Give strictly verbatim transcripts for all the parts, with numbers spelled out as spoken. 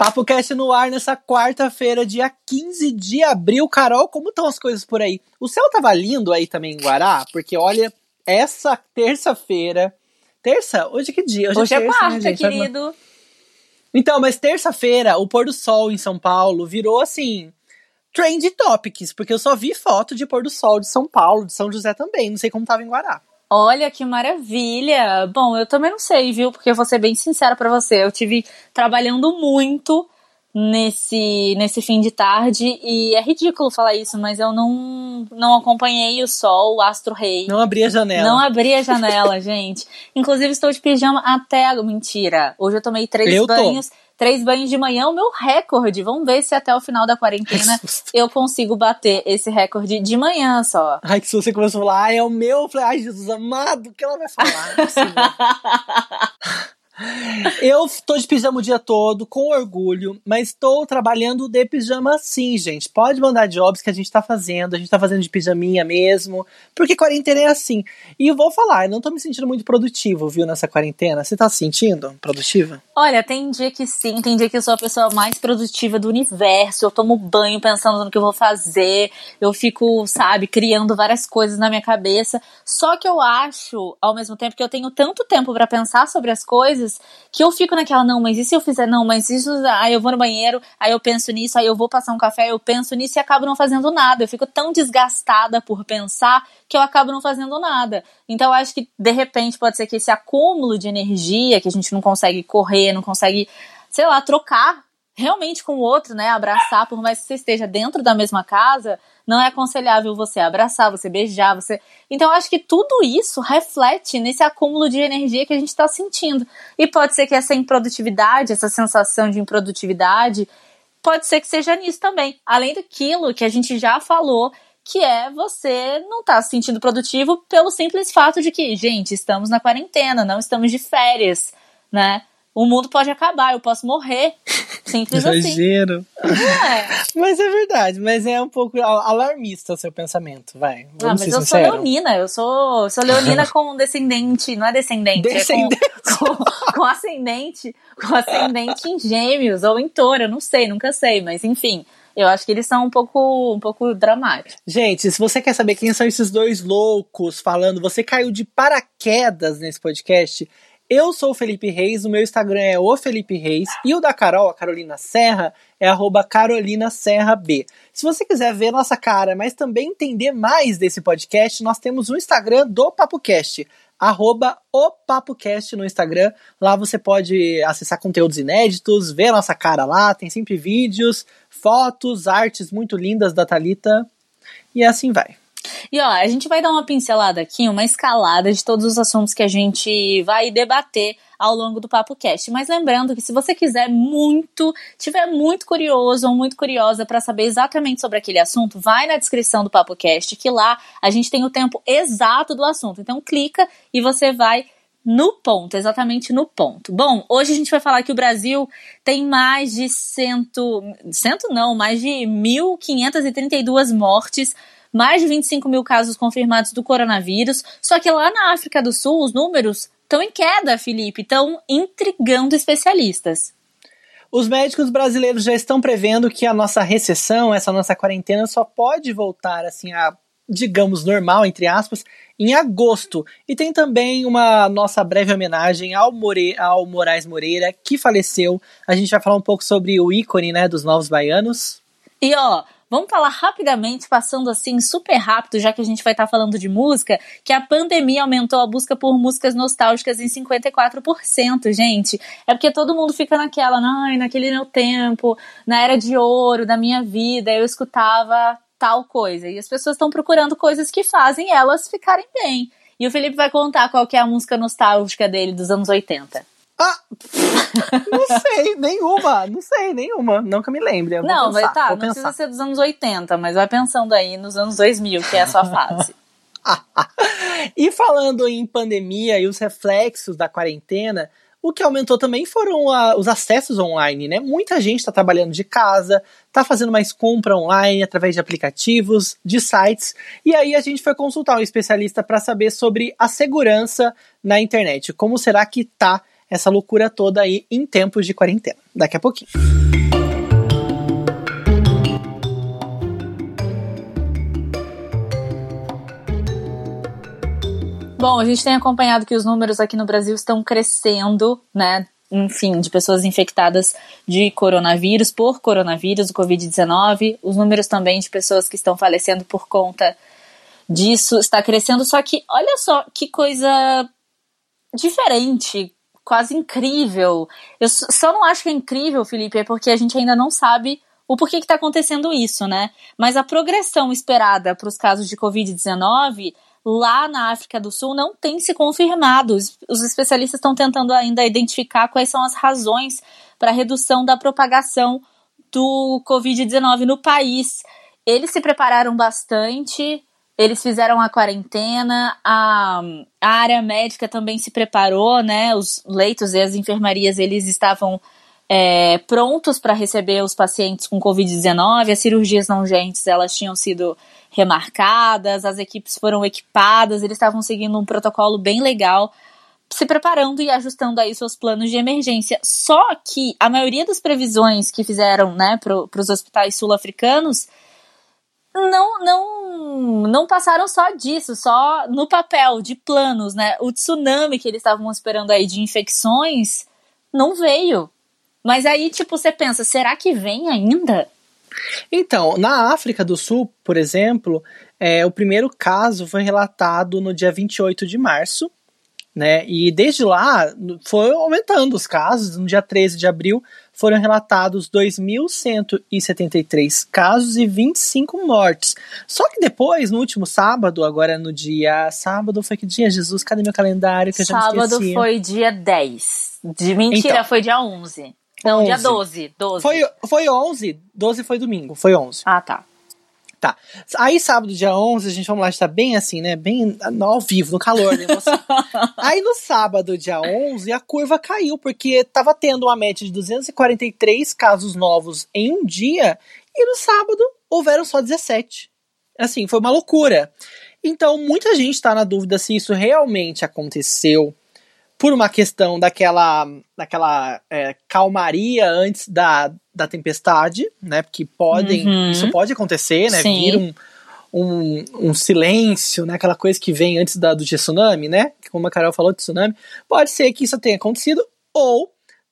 PapoCast no ar nessa quarta-feira, dia quinze de abril. Carol, como estão as coisas por aí? O céu tava lindo aí também em Guará, porque olha, essa terça-feira... Terça? Hoje que dia? Hoje, Hoje é, é terça, quarta, né, gente? querido. Então, mas terça-feira, o pôr do sol em São Paulo virou, assim, trend topics, porque eu só vi foto de pôr do sol de São Paulo, de São José também, não sei como tava em Guará. Olha que maravilha! Bom, eu também não sei, viu? Porque eu vou ser bem sincera pra você. Eu tive trabalhando muito nesse, nesse fim de tarde e é ridículo falar isso, mas eu não, não acompanhei o sol, o astro rei. Não abri a janela. Não abri a janela, gente. Inclusive estou de pijama até... Mentira! Hoje eu tomei três Eu banhos. Tô. Três banhos de manhã, o meu recorde. Vamos ver se até o final da quarentena eu consigo bater esse recorde de manhã só. Ai, que se você começou a falar, ah, é o meu. Eu falei, ai, Jesus amado, o que ela vai falar? Não é possível. Eu tô de pijama o dia todo, com orgulho, mas estou trabalhando de pijama sim, gente. Pode mandar jobs que a gente tá fazendo, a gente tá fazendo de pijaminha mesmo, porque quarentena é assim. E eu vou falar, eu não tô me sentindo muito produtivo, viu, nessa quarentena. Você tá se sentindo produtiva? Olha, tem dia que sim, tem dia que eu sou a pessoa mais produtiva do universo, eu tomo banho pensando no que eu vou fazer, eu fico, sabe, criando várias coisas na minha cabeça, só que eu acho, ao mesmo tempo, que eu tenho tanto tempo pra pensar sobre as coisas, que eu fico naquela, não, mas e se eu fizer, não, mas isso, aí eu vou no banheiro, aí eu penso nisso, aí eu vou passar um café, eu penso nisso e acabo não fazendo nada, eu fico tão desgastada por pensar que eu acabo não fazendo nada. Então eu acho que, de repente, pode ser que esse acúmulo de energia, que a gente não consegue correr, não consegue, sei lá, trocar realmente com o outro, né, abraçar, por mais que você esteja dentro da mesma casa, não é aconselhável você abraçar, você beijar, você... Então eu acho que tudo isso reflete nesse acúmulo de energia que a gente está sentindo. E pode ser que essa improdutividade, essa sensação de improdutividade, pode ser que seja nisso também. Além daquilo que a gente já falou, que é você não estar tá se sentindo produtivo pelo simples fato de que, gente, estamos na quarentena, não estamos de férias, né? O mundo pode acabar, eu posso morrer. Simples Exagero. assim. É. Mas é verdade, mas é um pouco alarmista o seu pensamento, vai. Vamos ah, mas ser eu sincero. sou leonina, eu sou, sou leonina com descendente, não é descendente, Descendente. é com, com, com ascendente, com ascendente em gêmeos ou em touro, eu não sei, nunca sei, mas enfim, eu acho que eles são um pouco, um pouco dramáticos. Gente, se você quer saber quem são esses dois loucos falando, você caiu de paraquedas nesse podcast. Eu sou o Felipe Reis, o meu Instagram é o Felipe Reis e o da Carol, a Carolina Serra, é arroba Carolina Serra B. Se você quiser ver nossa cara, mas também entender mais desse podcast, nós temos o Instagram do PapoCast, arroba o PapoCast no Instagram. Lá você pode acessar conteúdos inéditos, ver a nossa cara lá, tem sempre vídeos, fotos, artes muito lindas da Thalita e assim vai. E ó, a gente vai dar uma pincelada aqui, uma escalada de todos os assuntos que a gente vai debater ao longo do PapoCast. Mas lembrando que se você quiser muito, tiver muito curioso ou muito curiosa para saber exatamente sobre aquele assunto, vai na descrição do PapoCast, que lá a gente tem o tempo exato do assunto. Então clica e você vai no ponto, exatamente no ponto. Bom, hoje a gente vai falar que o Brasil tem mais de cento, cento não, mais de mil quinhentas e trinta e duas mortes, mais de vinte e cinco mil casos confirmados do coronavírus, só que lá na África do Sul os números estão em queda, Felipe, estão intrigando especialistas. Os médicos brasileiros já estão prevendo que a nossa recessão, essa nossa quarentena, só pode voltar assim a, digamos, normal, entre aspas, em agosto. E tem também uma nossa breve homenagem ao, More, ao Moraes Moreira, que faleceu. A gente vai falar um pouco sobre o ícone, né, dos Novos Baianos. E ó, vamos falar rapidamente, passando assim super rápido, já que a gente vai estar falando de música, que a pandemia aumentou a busca por músicas nostálgicas em cinquenta e quatro por cento, gente. É porque todo mundo fica naquela, ai, naquele meu tempo, na era de ouro da minha vida, eu escutava tal coisa. E as pessoas estão procurando coisas que fazem elas ficarem bem. E o Felipe vai contar qual que é a música nostálgica dele dos anos oitenta. Ah, não sei, nenhuma, não sei, nenhuma, não que eu me lembre. Eu não, vou pensar, vai tá, vou não pensar. precisa ser dos anos oitenta, mas vai pensando aí nos anos dois mil, que é a sua fase. E falando em pandemia e os reflexos da quarentena, o que aumentou também foram a, os acessos online, né? Muita gente está trabalhando de casa, está fazendo mais compra online através de aplicativos, de sites, e aí a gente foi consultar um especialista para saber sobre a segurança na internet. Como será que tá essa loucura toda aí em tempos de quarentena. Daqui a pouquinho. Bom, a gente tem acompanhado que os números aqui no Brasil estão crescendo, né? Enfim, de pessoas infectadas de coronavírus, por coronavírus, o covid dezenove. Os números também de pessoas que estão falecendo por conta disso está crescendo. Só que, olha só que coisa diferente, quase incrível. Eu só não acho que é incrível, Felipe, é porque a gente ainda não sabe o porquê que está acontecendo isso, né? Mas a progressão esperada para os casos de covid dezenove lá na África do Sul não tem se confirmado. Os, os especialistas estão tentando ainda identificar quais são as razões para a redução da propagação do covid dezenove no país. Eles se prepararam bastante, eles fizeram a quarentena, a, a área médica também se preparou, né? Os leitos e as enfermarias, eles estavam é, prontos para receber os pacientes com covid dezenove, as cirurgias não urgentes, elas tinham sido remarcadas, as equipes foram equipadas, eles estavam seguindo um protocolo bem legal, se preparando e ajustando aí seus planos de emergência. Só que a maioria das previsões que fizeram, né, para os hospitais sul-africanos não, não, não passaram só disso, só no papel, de planos, né? O tsunami que eles estavam esperando aí de infecções não veio. Mas aí, tipo, você pensa, será que vem ainda? Então, na África do Sul, por exemplo, é, o primeiro caso foi relatado no dia vinte e oito de março, né? E desde lá foi aumentando os casos. No dia treze de abril foram relatados dois mil cento e setenta e três casos e vinte e cinco mortes. Só que depois, no último sábado, agora no dia... Sábado foi que dia, Jesus? Cadê meu calendário que eu já me esqueci? Sábado foi dia dez. De mentira, então, foi dia onze. Não, onze. Dia doze. doze. Foi, foi onze, doze foi domingo, foi onze. Ah, tá. Tá. Aí, sábado, dia onze, a gente, vamos lá, está bem assim, né? Bem ao vivo, no calor da emoção. Aí, no sábado, dia onze, a curva caiu, porque tava tendo uma média de duzentos e quarenta e três casos novos em um dia, e no sábado houveram só dezessete. Assim, foi uma loucura. Então, muita gente está na dúvida se isso realmente aconteceu por uma questão daquela, daquela é, calmaria antes da, da tempestade, né? Porque podem, uhum. isso pode acontecer, né? Sim. Vir um, um, um silêncio, né? Aquela coisa que vem antes da, do tsunami, né? Como a Carol falou de tsunami. Pode ser que isso tenha acontecido, ou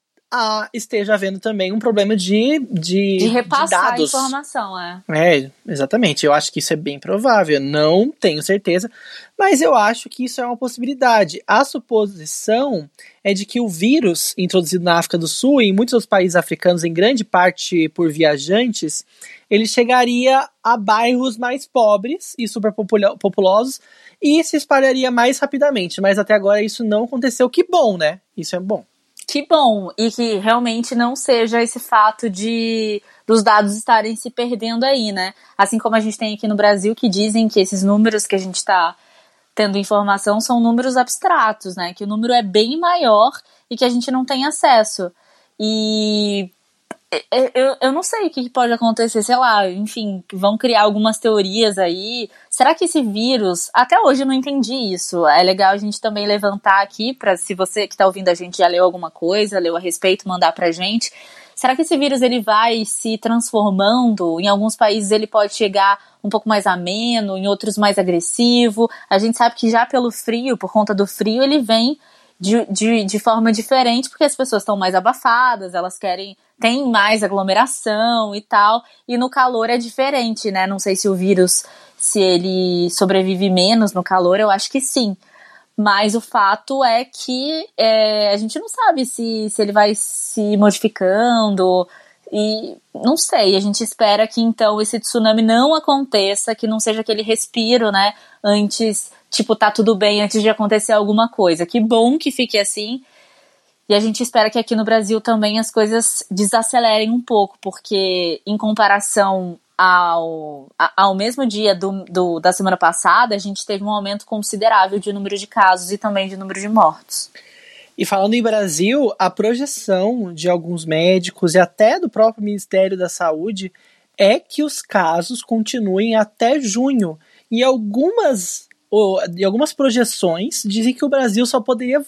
ah, esteja havendo também um problema de, de, de repassar de dados. A informação, é. É, exatamente. Eu acho que isso é bem provável. Não tenho certeza, mas eu acho que isso é uma possibilidade. A suposição é de que o vírus introduzido na África do Sul e em muitos outros países africanos, em grande parte por viajantes, ele chegaria a bairros mais pobres e superpopulosos e se espalharia mais rapidamente. Mas até agora isso não aconteceu. Que bom, né? Isso é bom. Que bom, e que realmente não seja esse fato de dos dados estarem se perdendo aí, né? Assim como a gente tem aqui no Brasil, que dizem que esses números que a gente está tendo informação são números abstratos, né? Que o número é bem maior e que a gente não tem acesso. E eu, eu não sei o que pode acontecer, sei lá, enfim, vão criar algumas teorias aí. Será que esse vírus, até hoje eu não entendi isso, é legal a gente também levantar aqui, para se você que tá ouvindo a gente já leu alguma coisa, leu a respeito, mandar pra gente. Será que esse vírus ele vai se transformando? Em alguns países ele pode chegar um pouco mais ameno, em outros mais agressivo. A gente sabe que já pelo frio, por conta do frio, ele vem de, de, de forma diferente, porque as pessoas estão mais abafadas, elas querem, tem mais aglomeração e tal, e no calor é diferente, né? Não sei se o vírus, se ele sobrevive menos no calor, eu acho que sim. Mas o fato é que é, a gente não sabe se, se ele vai se modificando e não sei, a gente espera que então esse tsunami não aconteça, que não seja aquele respiro, né, antes, tipo, tá tudo bem antes de acontecer alguma coisa. Que bom que fique assim. E a gente espera que aqui no Brasil também as coisas desacelerem um pouco, porque em comparação ao, ao mesmo dia do, do, da semana passada, a gente teve um aumento considerável de número de casos e também de número de mortos. E falando em Brasil, a projeção de alguns médicos e até do próprio Ministério da Saúde é que os casos continuem até junho. E algumas, e algumas projeções dizem que o Brasil só poderia voltar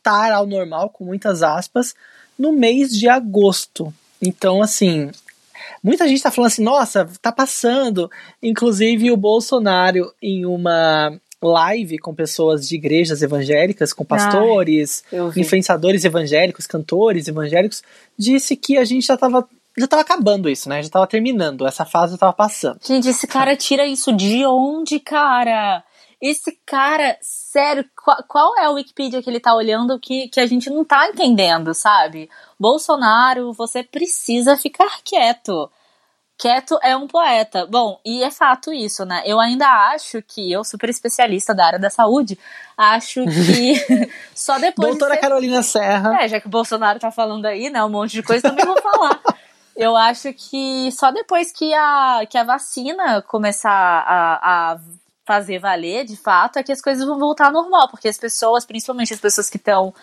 voltar ao normal, com muitas aspas, no mês de agosto. Então, assim, muita gente tá falando assim, nossa, tá passando. Inclusive o Bolsonaro, em uma live com pessoas de igrejas evangélicas, com pastores, Ai, influenciadores evangélicos, cantores evangélicos, disse que a gente já tava, já tava acabando isso, né? Já tava terminando, essa fase já tava passando. Gente, esse cara tira isso de onde, cara? Esse cara, sério, qual, qual é a Wikipedia que ele tá olhando que, que a gente não tá entendendo, sabe? Bolsonaro, você precisa ficar quieto. Quieto é um poeta. Bom, e é fato isso, né? Eu ainda acho que, eu super especialista da área da saúde, acho que só depois Doutora de ser... Carolina Serra. É, já que o Bolsonaro tá falando aí, né, um monte de coisa, também vou falar. Eu acho que só depois que a, que a vacina começar a, a fazer valer, de fato, é que as coisas vão voltar ao normal, porque as pessoas, principalmente as pessoas que estão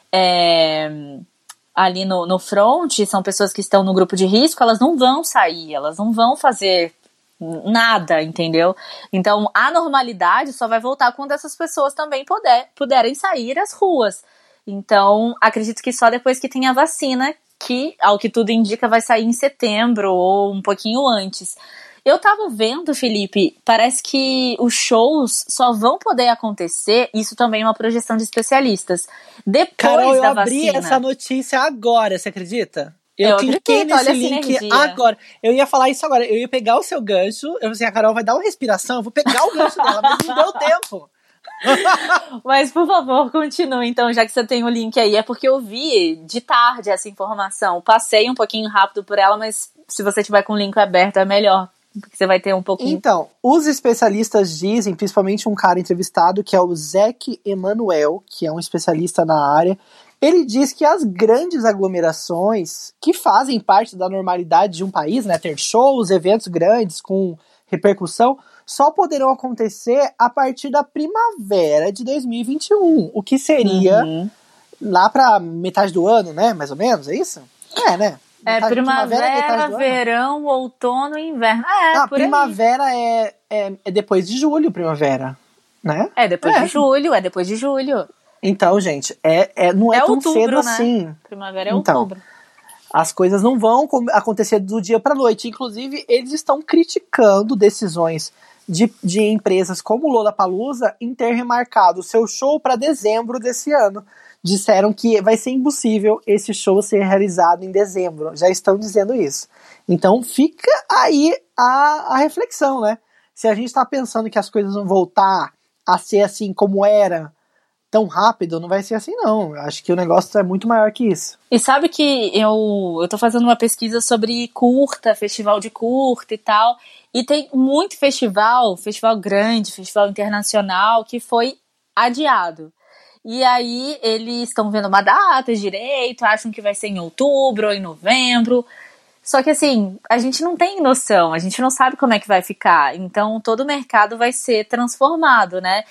é, ali no, no front, são pessoas que estão no grupo de risco, elas não vão sair, elas não vão fazer nada, entendeu? Então, a normalidade só vai voltar quando essas pessoas também puder, puderem sair às ruas. Então, acredito que só depois que tem a vacina, que, ao que tudo indica, vai sair em setembro ou um pouquinho antes. Eu tava vendo, Felipe, parece que os shows só vão poder acontecer, isso também é uma projeção de especialistas, depois Carol, da eu abri vacina. essa notícia agora, você acredita? Eu, Eu cliquei acredito, nesse olha a link sinergia. agora. Eu ia falar isso agora. Eu ia pegar o seu gancho. Eu falei assim, a Carol vai dar uma respiração. Eu vou pegar o gancho dela, mas não deu tempo. Mas, por favor, continue, então, já que você tem o link aí. É porque eu vi de tarde essa informação. Passei um pouquinho rápido por ela, mas se você tiver com o link aberto é melhor. Porque você vai ter um pouquinho... Então, os especialistas dizem, principalmente um cara entrevistado, que é o Zeke Emanuel, que é um especialista na área, ele diz que as grandes aglomerações que fazem parte da normalidade de um país, né, ter shows, eventos grandes com repercussão, só poderão acontecer a partir da primavera de dois mil e vinte e um, o que seria Uhum. lá pra metade do ano, né, mais ou menos, é isso? É, né? É Metade- primavera, metade do ano. verão, outono e inverno. É, Ah, por aí. primavera é, é, é depois de julho, primavera, né? É depois É. de julho, é depois de julho. Então, gente, é, é, não é, É tão outubro, cedo né? assim. Primavera é Então, outubro. as coisas não vão com- acontecer do dia para noite. Inclusive, eles estão criticando decisões de, de empresas como o Lollapalooza em ter remarcado o seu show para dezembro desse ano. Disseram que vai ser impossível esse show ser realizado em dezembro. Já estão dizendo isso. Então, fica aí a, a reflexão, né? Se a gente está pensando que as coisas vão voltar a ser assim como era, tão rápido, não vai ser assim, não. Eu acho que o negócio é muito maior que isso. E sabe que eu, eu tô fazendo uma pesquisa sobre curta, festival de curta e tal, e tem muito festival, festival grande, festival internacional, que foi adiado. E aí eles estão vendo uma data direito, acham que vai ser em outubro ou em novembro. Só que assim, a gente não tem noção, a gente não sabe como é que vai ficar. Então todo o mercado vai ser transformado, né?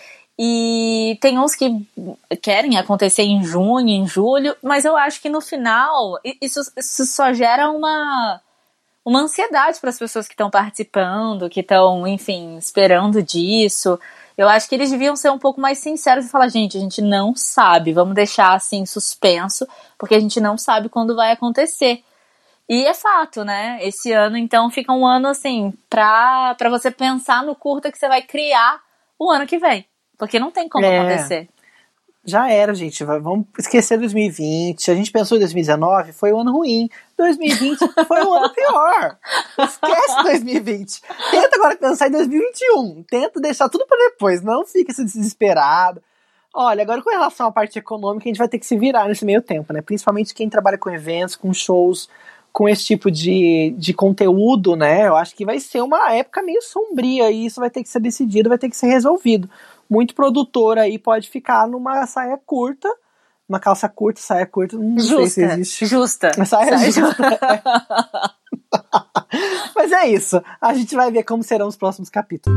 E tem uns que querem acontecer em junho, em julho, mas eu acho que no final isso, isso só gera uma, uma ansiedade para as pessoas que estão participando, que estão, enfim, esperando disso. Eu acho que eles deviam ser um pouco mais sinceros e falar, gente, a gente não sabe, vamos deixar assim suspenso, porque a gente não sabe quando vai acontecer. E é fato, né? Esse ano, então, fica um ano assim, pra, pra você pensar no curta que você vai criar o ano que vem. Porque não tem como É. acontecer. Já era, gente. Vai- Vamos esquecer dois mil e vinte. A gente pensou em dois mil e dezenove, foi um ano ruim. dois mil e vinte foi um ano pior. Esquece dois mil e vinte. Tenta agora pensar em dois mil e vinte e um. Tenta deixar tudo para depois. Não fica assim desesperado. Olha, agora com relação à parte econômica, a gente vai ter que se virar nesse meio tempo, né? Principalmente quem trabalha com eventos, com shows, com esse tipo de, de conteúdo, né? Eu acho que vai ser uma época meio sombria e isso vai ter que ser decidido, vai ter que ser resolvido. Muito produtor aí pode ficar numa saia curta, uma calça curta, saia curta, não sei se Justa, existe. justa. Uma saia Saia justa. Mas é isso. A gente vai ver como serão os próximos capítulos.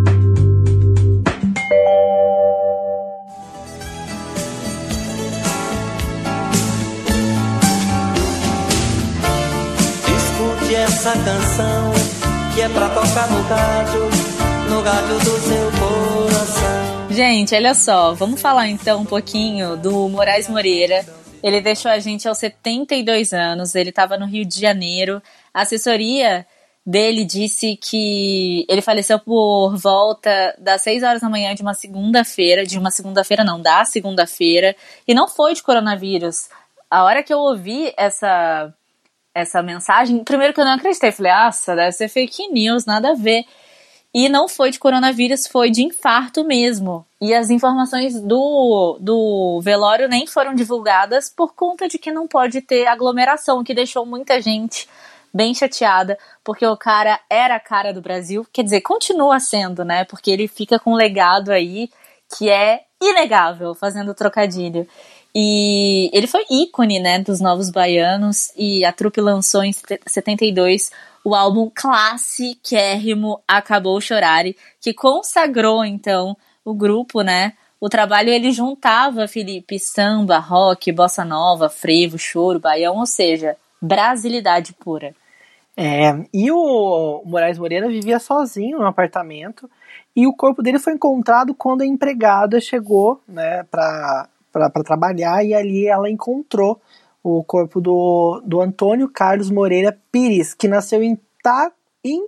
Escute essa canção que é pra tocar no rádio, no rádio do seu coração. Gente, olha só, vamos falar então um pouquinho do Moraes Moreira. Ele deixou a gente aos setenta e dois anos, ele estava no Rio de Janeiro. A assessoria dele disse que ele faleceu por volta das seis horas da manhã de uma segunda-feira, de uma segunda-feira não, da segunda-feira, e não foi de coronavírus. A hora que eu ouvi essa, essa mensagem, primeiro que eu não acreditei, falei, nossa, deve ser fake news, nada a ver. E não foi de coronavírus, foi de infarto mesmo. E as informações do, do velório nem foram divulgadas por conta de que não pode ter aglomeração, que deixou muita gente bem chateada, porque o cara era a cara do Brasil. Quer dizer, continua sendo, né? Porque ele fica com um legado aí que é inegável, fazendo trocadilho. E ele foi ícone, né, dos Novos Baianos, e a trupe lançou em setenta e dois o álbum classiquérrimo Acabou Chorare, que consagrou, então, o grupo, né? O trabalho, ele juntava, Felipe, samba, rock, bossa nova, frevo, choro, baião, ou seja, brasilidade pura. É, e o Moraes Moreira vivia sozinho no apartamento, e o corpo dele foi encontrado quando a empregada chegou, né, pra, pra, pra trabalhar, e ali ela encontrou o corpo do, do Antônio Carlos Moreira Pires, que nasceu em, Ta, em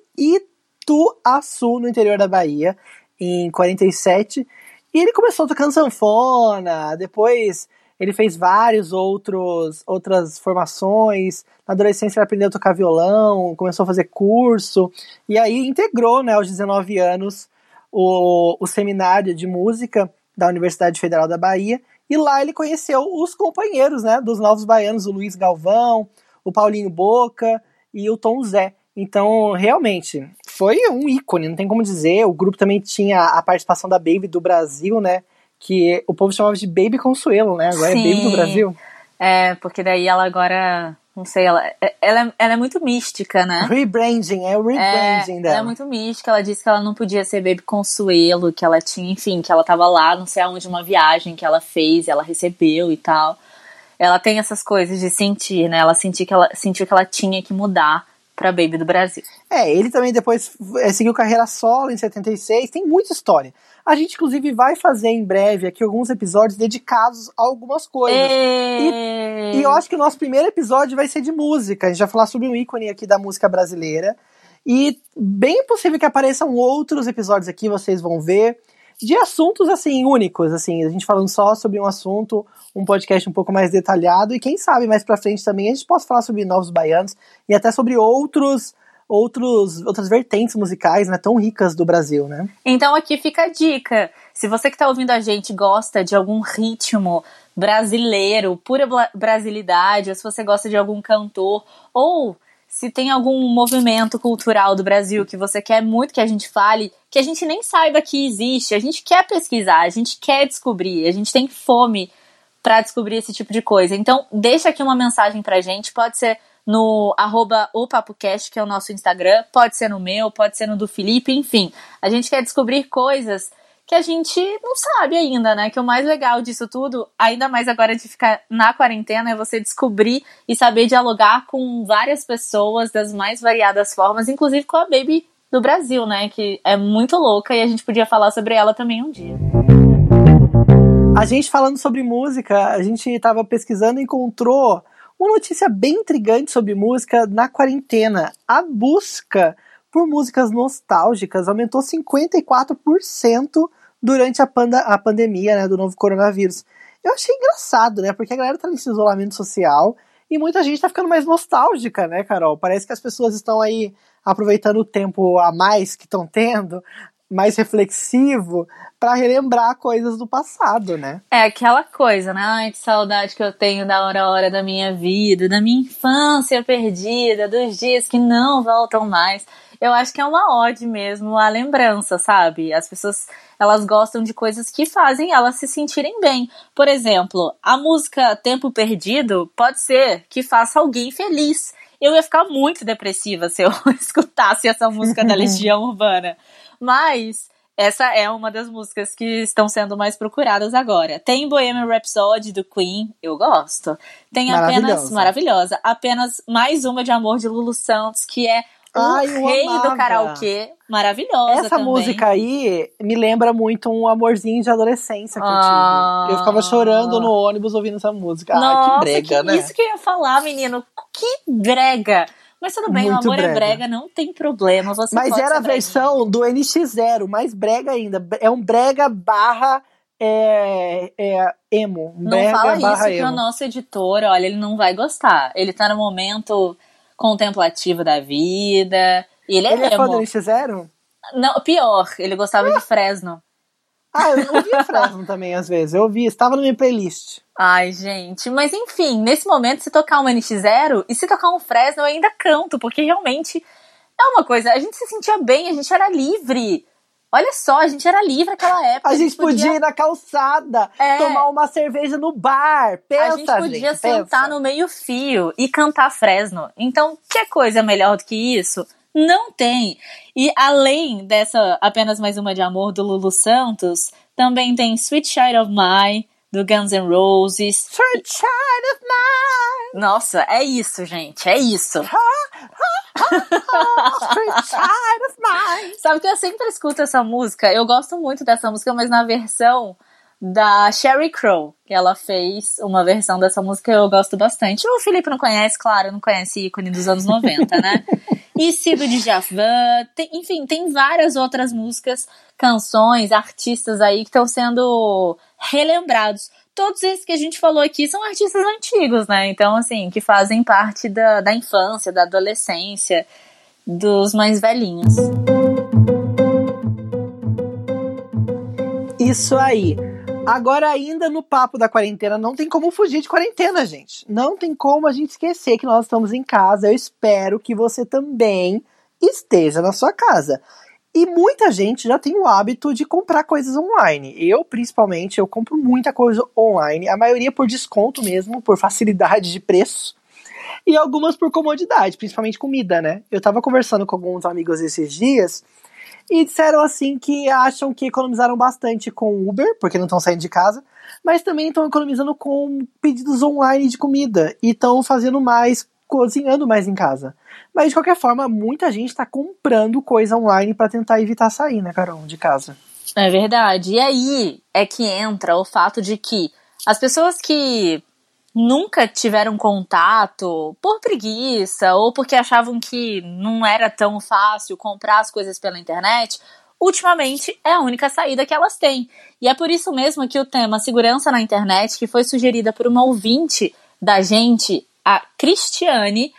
Ituaçu, no interior da Bahia, em quarenta e sete, e ele começou tocando sanfona, depois ele fez vários outros outras formações, na adolescência ele aprendeu a tocar violão, começou a fazer curso, e aí integrou, né, aos dezenove anos, o, o seminário de música da Universidade Federal da Bahia, e lá ele conheceu os companheiros, né, dos Novos Baianos, o Luiz Galvão, o Paulinho Boca e o Tom Zé. Então, realmente, foi um ícone, não tem como dizer. O grupo também tinha a participação da Baby do Brasil, né, que o povo chamava de Baby Consuelo, né, agora Sim. é Baby do Brasil. É, porque daí ela agora, não sei, ela, ela, ela é muito mística, né? Rebranding, é o rebranding é, dela. Ela é muito mística, ela disse que ela não podia ser Baby Consuelo, que ela tinha, enfim, que ela tava lá, não sei aonde, uma viagem que ela fez, ela recebeu e tal. Ela tem essas coisas de sentir, né? Ela sentiu que ela, sentiu que ela tinha que mudar pra Baby do Brasil. É, ele também depois é, seguiu carreira solo em setenta e seis, tem muita história. A gente, inclusive, vai fazer em breve aqui alguns episódios dedicados a algumas coisas. E, e eu acho que o nosso primeiro episódio vai ser de música. A gente vai falar sobre um ícone aqui da música brasileira. E bem possível que apareçam outros episódios aqui, vocês vão ver, de assuntos, assim, únicos, assim, a gente falando só sobre um assunto, um podcast um pouco mais detalhado, e quem sabe mais pra frente também a gente possa falar sobre Novos Baianos e até sobre outros... Outros, outras vertentes musicais, né, tão ricas do Brasil, né? Então aqui fica a dica. Se você que tá ouvindo a gente gosta de algum ritmo brasileiro, pura brasilidade, ou se você gosta de algum cantor, ou se tem algum movimento cultural do Brasil que você quer muito que a gente fale, que a gente nem saiba que existe, a gente quer pesquisar, a gente quer descobrir, a gente tem fome pra descobrir esse tipo de coisa. Então deixa aqui uma mensagem pra gente, pode ser no arroba o PapoCast, que é o nosso Instagram, pode ser no meu, pode ser no do Felipe, enfim. A gente quer descobrir coisas que a gente não sabe ainda, né? Que o mais legal disso tudo, ainda mais agora de ficar na quarentena, é você descobrir e saber dialogar com várias pessoas das mais variadas formas, inclusive com a Baby do Brasil, né? Que é muito louca e a gente podia falar sobre ela também um dia. A gente falando sobre música, a gente tava pesquisando e encontrou uma notícia bem intrigante sobre música na quarentena. A busca por músicas nostálgicas aumentou cinquenta e quatro por cento durante a, panda, a pandemia, né, do novo coronavírus. Eu achei engraçado, né, porque a galera tá nesse isolamento social e muita gente tá ficando mais nostálgica, né, Carol? Parece que as pessoas estão aí aproveitando o tempo a mais que estão tendo, mais reflexivo, pra relembrar coisas do passado, né? É aquela coisa, né? Ai, que saudade que eu tenho da hora a hora da minha vida, da minha infância perdida, dos dias que não voltam mais. Eu acho que é uma ode mesmo à lembrança, sabe? As pessoas, elas gostam de coisas que fazem elas se sentirem bem. Por exemplo, a música Tempo Perdido pode ser que faça alguém feliz. Eu ia ficar muito depressiva se eu escutasse essa música da Legião Urbana. Mas essa é uma das músicas que estão sendo mais procuradas agora. Tem Bohemian Rhapsody, do Queen, eu gosto. Tem apenas, maravilhosa, apenas mais uma de Amor, de Lulu Santos, que é Ai, o eu rei amava. do karaokê, maravilhosa Essa também. música aí me lembra muito um amorzinho de adolescência que Ah. eu tive. Eu ficava chorando no ônibus ouvindo essa música. Nossa, Ai, que brega, que, né? isso que eu ia falar, menino. Que brega. Mas tudo bem, Muito o amor brega. é brega, não tem problema. Você Mas pode era ser a versão do N X zero, mais brega ainda. É um brega barra é, é, emo. Um Não brega fala barra isso que emo. o nosso editor, olha, ele não vai gostar. Ele tá no momento contemplativo da vida. E ele é Ele é fã do emo. N X zero? Não, pior, ele gostava de Fresno. Ah, eu ouvia Fresno também, às vezes. Eu ouvia, estava na minha playlist. Ai, gente, mas enfim, nesse momento, se tocar um N X zero e se tocar um Fresno, eu ainda canto, porque realmente é uma coisa, a gente se sentia bem, a gente era livre. Olha só, a gente era livre naquela época. A, a gente, gente podia... podia ir na calçada, é... tomar uma cerveja no bar. Pensa, a gente podia gente, sentar pensa. no meio-fio e cantar Fresno. Então, que coisa melhor do que isso? Não tem. E além dessa apenas mais uma de amor do Lulu Santos, também tem Sweet Child of Mine, do Guns N' Roses. Sweet Child of Mine. Nossa, é isso, gente, é isso. Sweet Child of Mine. Sabe que eu sempre escuto essa música? Eu gosto muito dessa música, mas na versão da Sheryl Crow, que ela fez uma versão dessa música, eu gosto bastante. O Felipe não conhece, claro, não conhece ícone dos anos noventa, né? E Cido de Djavan, tem, enfim, tem várias outras músicas, canções, artistas aí que estão sendo relembrados. Todos esses que a gente falou aqui são artistas antigos, né? Então, assim, que fazem parte da, da infância, da adolescência, dos mais velhinhos. Isso aí. Agora, ainda no papo da quarentena, não tem como fugir de quarentena, gente. Não tem como a gente esquecer que nós estamos em casa. Eu espero que você também esteja na sua casa. E muita gente já tem o hábito de comprar coisas online. Eu, principalmente, eu compro muita coisa online. A maioria por desconto mesmo, por facilidade de preço. E algumas por comodidade, principalmente comida, né? Eu tava conversando com alguns amigos esses dias e disseram assim que acham que economizaram bastante com Uber, porque não estão saindo de casa, mas também estão economizando com pedidos online de comida e estão fazendo mais, cozinhando mais em casa. Mas de qualquer forma, muita gente está comprando coisa online para tentar evitar sair, né, Carol, de casa. É verdade. E aí é que entra o fato de que as pessoas que nunca tiveram contato por preguiça ou porque achavam que não era tão fácil comprar as coisas pela internet, ultimamente é a única saída que elas têm. E é por isso mesmo que o tema segurança na internet, que foi sugerida por uma ouvinte da gente, a Cristiane,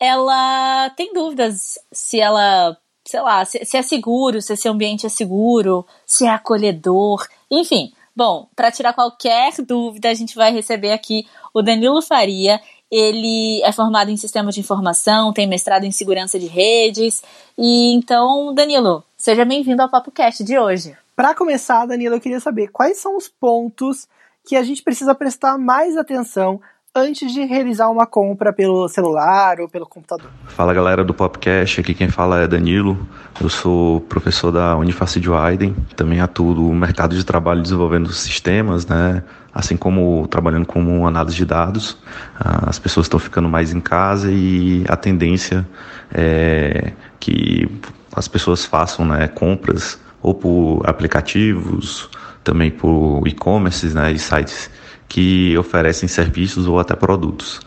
ela tem dúvidas se ela, sei lá, se, se é seguro, se esse ambiente é seguro, se é acolhedor, enfim. Bom, para tirar qualquer dúvida, a gente vai receber aqui o Danilo Faria. Ele é formado em Sistemas de Informação, tem mestrado em Segurança de Redes. E então, Danilo, seja bem-vindo ao PapoCast de hoje. Para começar, Danilo, eu queria saber quais são os pontos que a gente precisa prestar mais atenção antes de realizar uma compra pelo celular ou pelo computador. Fala, galera do PopCast, aqui quem fala é Danilo. Eu sou professor da Unifaci de Weiden, também atuo no mercado de trabalho desenvolvendo sistemas, né? Assim como trabalhando com análise de dados. As pessoas estão ficando mais em casa e a tendência é que as pessoas façam, né, compras ou por aplicativos, também por e-commerce, né, e sites que oferecem serviços ou até produtos.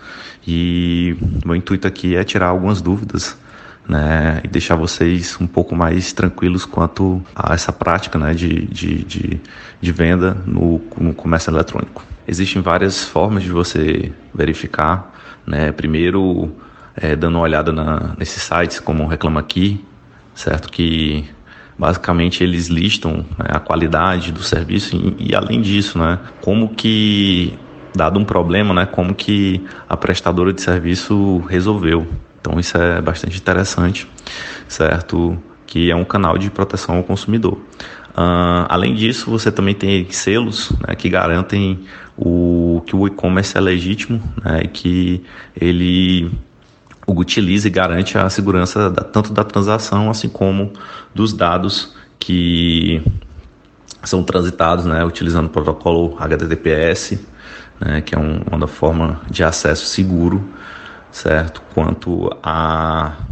E meu intuito aqui é tirar algumas dúvidas, né, e deixar vocês um pouco mais tranquilos quanto a essa prática, né, de, de, de, de venda no, no comércio eletrônico. Existem várias formas de você verificar, né, primeiro é, dando uma olhada na, nesses sites como o Reclama Aqui, certo, que basicamente eles listam, né, a qualidade do serviço e, e além disso, né, como que, dado um problema, né, como que a prestadora de serviço resolveu. Então isso é bastante interessante, certo? Que é um canal de proteção ao consumidor. Uh, além disso, você também tem selos, né, que garantem o, que o e-commerce é legítimo, né, e que ele utiliza e garante a segurança da, tanto da transação, assim como dos dados que são transitados, né, utilizando o protocolo H T T P S, né, que é um, uma forma de acesso seguro, certo? Quanto a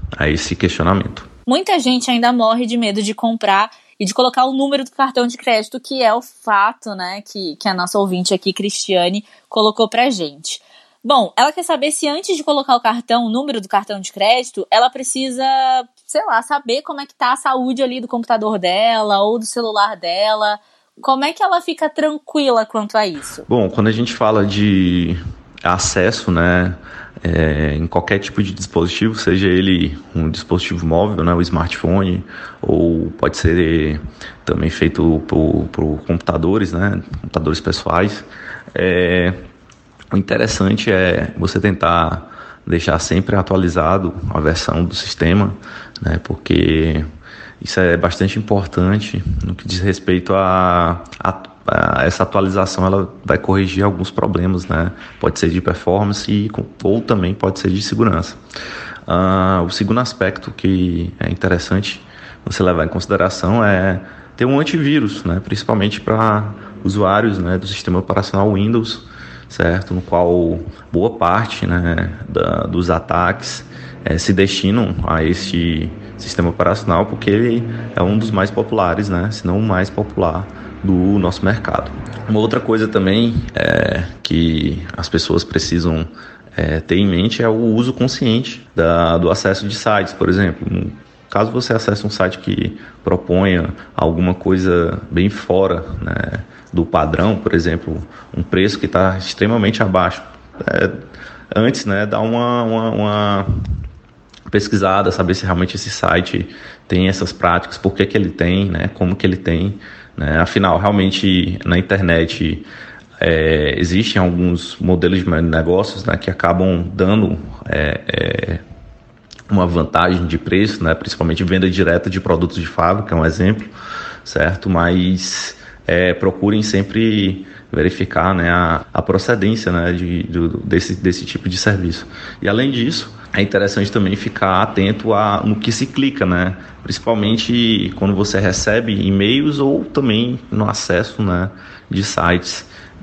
a esse questionamento. Muita gente ainda morre de medo de comprar e de colocar o número do cartão de crédito, que é o fato, né, que, que a nossa ouvinte aqui, Cristiane, colocou pra gente. Bom, ela quer saber se antes de colocar o cartão, o número do cartão de crédito, ela precisa, sei lá, saber como é que tá a saúde ali do computador dela ou do celular dela. Como é que ela fica tranquila quanto a isso? Bom, quando a gente fala de acesso, né, é, em qualquer tipo de dispositivo, seja ele um dispositivo móvel, né, o smartphone, ou pode ser também feito por, por computadores, né, computadores pessoais, é, o interessante é você tentar deixar sempre atualizado a versão do sistema, né, porque isso é bastante importante no que diz respeito a, a, a essa atualização. Ela vai corrigir alguns problemas, né? Pode ser de performance e, ou também pode ser de segurança. Uh, o segundo aspecto que é interessante você levar em consideração é ter um antivírus, né? Principalmente para usuários, né, do sistema operacional Windows, certo? No qual boa parte, né, da, dos ataques é, se destinam a este sistema operacional, porque ele é um dos mais populares, né, se não o mais popular do nosso mercado. Uma outra coisa também é, que as pessoas precisam é, ter em mente é o uso consciente da, do acesso de sites, por exemplo. Caso você acesse um site que proponha alguma coisa bem fora, né, do padrão, por exemplo, um preço que está extremamente abaixo, é, antes, né, dá uma, uma, uma pesquisada, saber se realmente esse site tem essas práticas, por que que ele tem, né, como que ele tem, né, afinal, realmente na internet é, existem alguns modelos de negócios, né, que acabam dando é, é, uma vantagem de preço, né, principalmente venda direta de produtos de fábrica, é um exemplo, certo, mas é, procurem sempre verificar, né, a, a procedência, né, de, de, desse, desse tipo de serviço. E além disso, é interessante também ficar atento a, no que se clica, né, principalmente quando você recebe e-mails ou também no acesso, né, de sites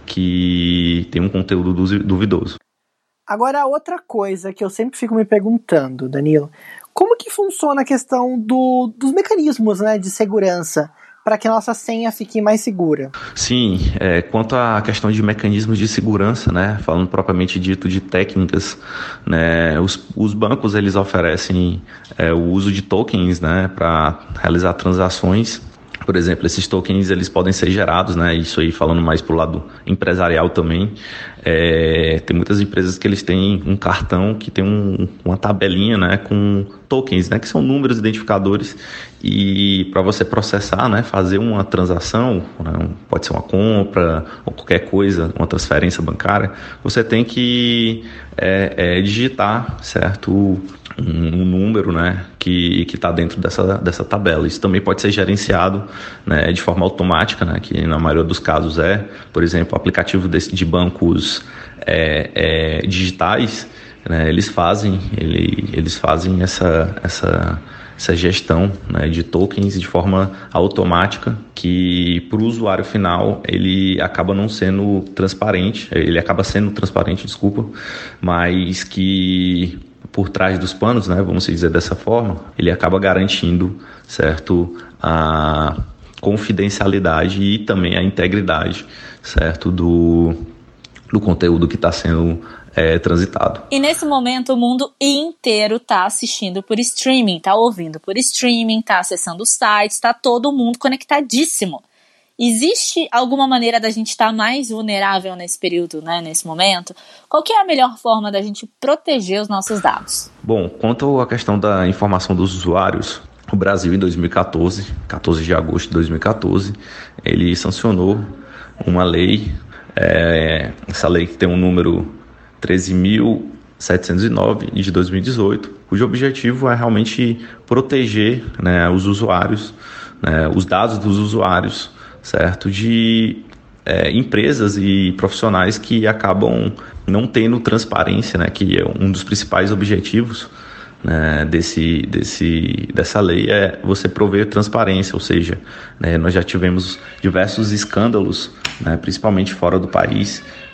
que tem um conteúdo duvidoso. Agora, outra coisa que eu sempre fico me perguntando, Danilo, como que funciona a questão do, dos mecanismos, né, de segurança para que a nossa senha fique mais segura? Sim, é, quanto à questão de mecanismos de segurança, né, falando propriamente dito de técnicas, né, os, os bancos eles oferecem é, o uso de tokens, né, para realizar transações. Por exemplo, esses tokens eles podem ser gerados, né? Isso aí falando mais para o lado empresarial também. É, tem muitas empresas que eles têm um cartão que tem um, uma tabelinha, né, com tokens, né, que são números identificadores, e para você processar, né, fazer uma transação, né, pode ser uma compra ou qualquer coisa, uma transferência bancária, você tem que é, é, digitar, certo, um, um número, né, que está dentro dessa, dessa tabela. Isso também pode ser gerenciado, né, de forma automática, né, que na maioria dos casos é, por exemplo, o aplicativo de, de bancos é, é, digitais, né, eles fazem, ele, eles fazem essa, essa, essa gestão, né, de tokens de forma automática, que para o usuário final ele acaba não sendo transparente, ele acaba sendo transparente, desculpa, mas que por trás dos panos, né, vamos dizer dessa forma, ele acaba garantindo, certo, a confidencialidade e também a integridade, certo, do, do conteúdo que está sendo é, transitado. E nesse momento o mundo inteiro está assistindo por streaming, está ouvindo por streaming, está acessando os sites, está todo mundo conectadíssimo. Existe alguma maneira da gente estar mais vulnerável nesse período, né, nesse momento? Qual que é a melhor forma da gente proteger os nossos dados? Bom, quanto à questão da informação dos usuários, o Brasil em dois mil e catorze, quatorze de agosto de dois mil e catorze, ele sancionou uma lei, é, essa lei que tem um número treze mil setecentos e nove de dois mil e dezoito, cujo objetivo é realmente proteger, né, os usuários, né, os dados dos usuários, certo, de é, empresas e profissionais que acabam não tendo transparência, né, que é um dos principais objetivos, né, desse, desse, dessa lei é você prover transparência, ou seja, né, nós já tivemos diversos escândalos, né, principalmente fora do país,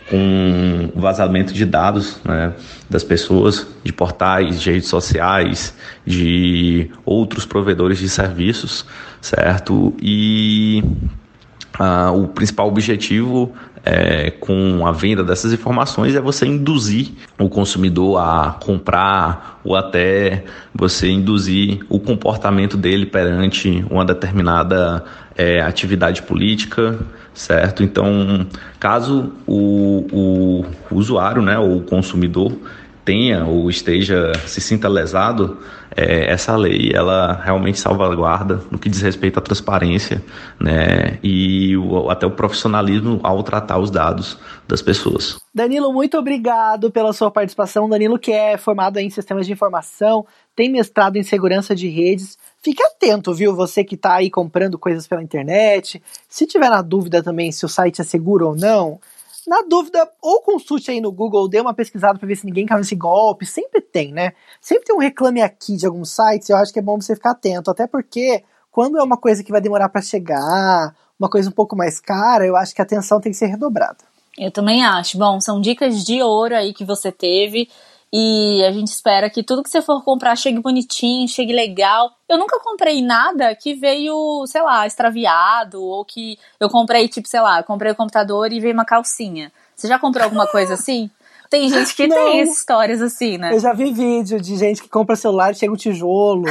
com vazamento de dados, né, das pessoas, de portais, de redes sociais, de outros provedores de serviços, certo? E ah, o principal objetivo é, com a venda dessas informações é você induzir o consumidor a comprar ou até você induzir o comportamento dele perante uma determinada é, atividade política, certo? Então, caso o, o usuário, né, ou o consumidor tenha ou esteja, se sinta lesado, é, essa lei, ela realmente salvaguarda no que diz respeito à transparência, né, e o, até o profissionalismo ao tratar os dados das pessoas. Danilo, muito obrigado pela sua participação. Danilo, que é formado em sistemas de informação, tem mestrado em segurança de redes. Fique atento, viu? Você que está aí comprando coisas pela internet. Se tiver na dúvida também se o site é seguro ou não, na dúvida, ou consulte aí no Google, dê uma pesquisada para ver se ninguém caiu nesse golpe. Sempre tem, né? Sempre tem um reclame aqui de alguns sites. Eu acho que é bom você ficar atento. Até porque, quando é uma coisa que vai demorar para chegar, uma coisa um pouco mais cara, eu acho que a atenção tem que ser redobrada. Eu também acho. Bom, são dicas de ouro aí que você teve. E a gente espera que tudo que você for comprar chegue bonitinho, chegue legal. Eu nunca comprei nada que veio, sei lá, extraviado, ou que eu comprei, tipo, sei lá, comprei o computador e veio uma calcinha. Você já comprou alguma coisa assim? Tem gente que Não. tem essas histórias assim, né? Eu já vi vídeo de gente que compra celular e chega um tijolo.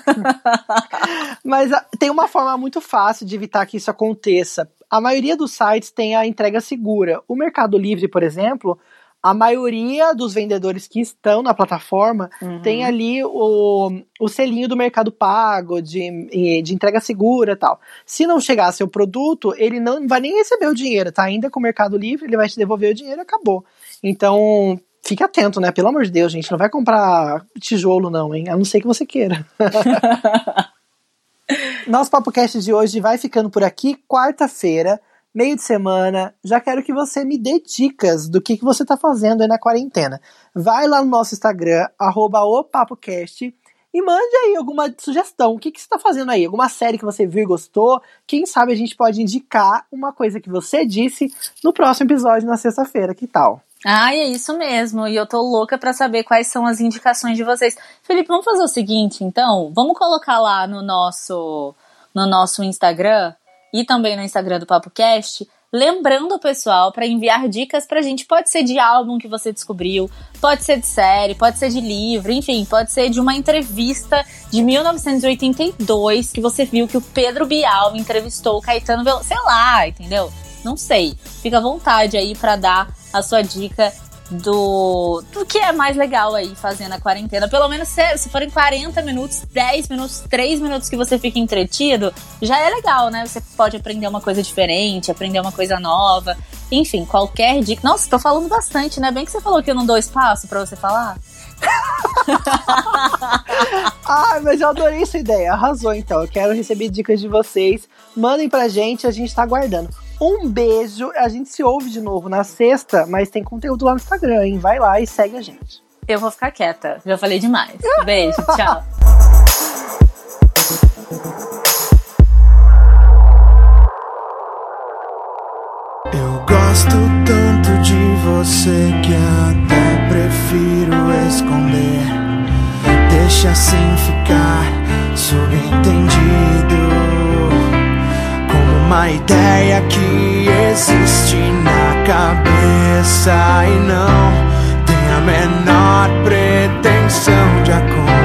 Mas a, tem uma forma muito fácil de evitar que isso aconteça. A maioria dos sites tem a entrega segura. O Mercado Livre, por exemplo, a maioria dos vendedores que estão na plataforma uhum. tem ali o, o selinho do Mercado Pago, de, de entrega segura e tal. Se não chegar seu produto, ele não vai nem receber o dinheiro, tá? Ainda com o Mercado Livre, ele vai te devolver o dinheiro e acabou. Então, fique atento, né? Pelo amor de Deus, gente, não vai comprar tijolo não, hein? A não ser que você queira. Nosso PapoCast de hoje vai ficando por aqui. Quarta-feira, meio de semana, já quero que você me dê dicas do que, que você tá fazendo aí na quarentena. Vai lá no nosso Instagram, arroba o PapoCast, e mande aí alguma sugestão. O que, que você tá fazendo aí? Alguma série que você viu e gostou? Quem sabe a gente pode indicar uma coisa que você disse no próximo episódio, na sexta-feira. Que tal? Ah, é isso mesmo. E eu tô louca pra saber quais são as indicações de vocês. Felipe, vamos fazer o seguinte, então? Vamos colocar lá no nosso, no nosso Instagram e também no Instagram do PapoCast, lembrando o pessoal para enviar dicas pra gente. Pode ser de álbum que você descobriu, pode ser de série, pode ser de livro, enfim, pode ser de uma entrevista de mil novecentos e oitenta e dois que você viu que o Pedro Bial entrevistou o Caetano Veloso, sei lá, entendeu? Não sei. Fica à vontade aí pra dar a sua dica do, do que é mais legal aí fazer na quarentena. Pelo menos se, se forem quarenta minutos, dez minutos, três minutos que você fica entretido, já é legal, né? Você pode aprender uma coisa diferente, aprender uma coisa nova. Enfim, qualquer dica. Nossa, tô falando bastante, né? Bem que você falou que eu não dou espaço pra você falar. Ai, mas eu adorei essa ideia. Arrasou, então. Eu quero receber dicas de vocês. Mandem pra gente, a gente tá aguardando. Um beijo, a gente se ouve de novo na sexta, mas tem conteúdo lá no Instagram, hein? Vai lá e segue a gente. Eu vou ficar quieta, já falei demais. Beijo, tchau. Eu gosto tanto de você que até prefiro esconder. Deixa assim ficar subentendido, uma ideia que existe na cabeça e não tem a menor pretensão de acontecer.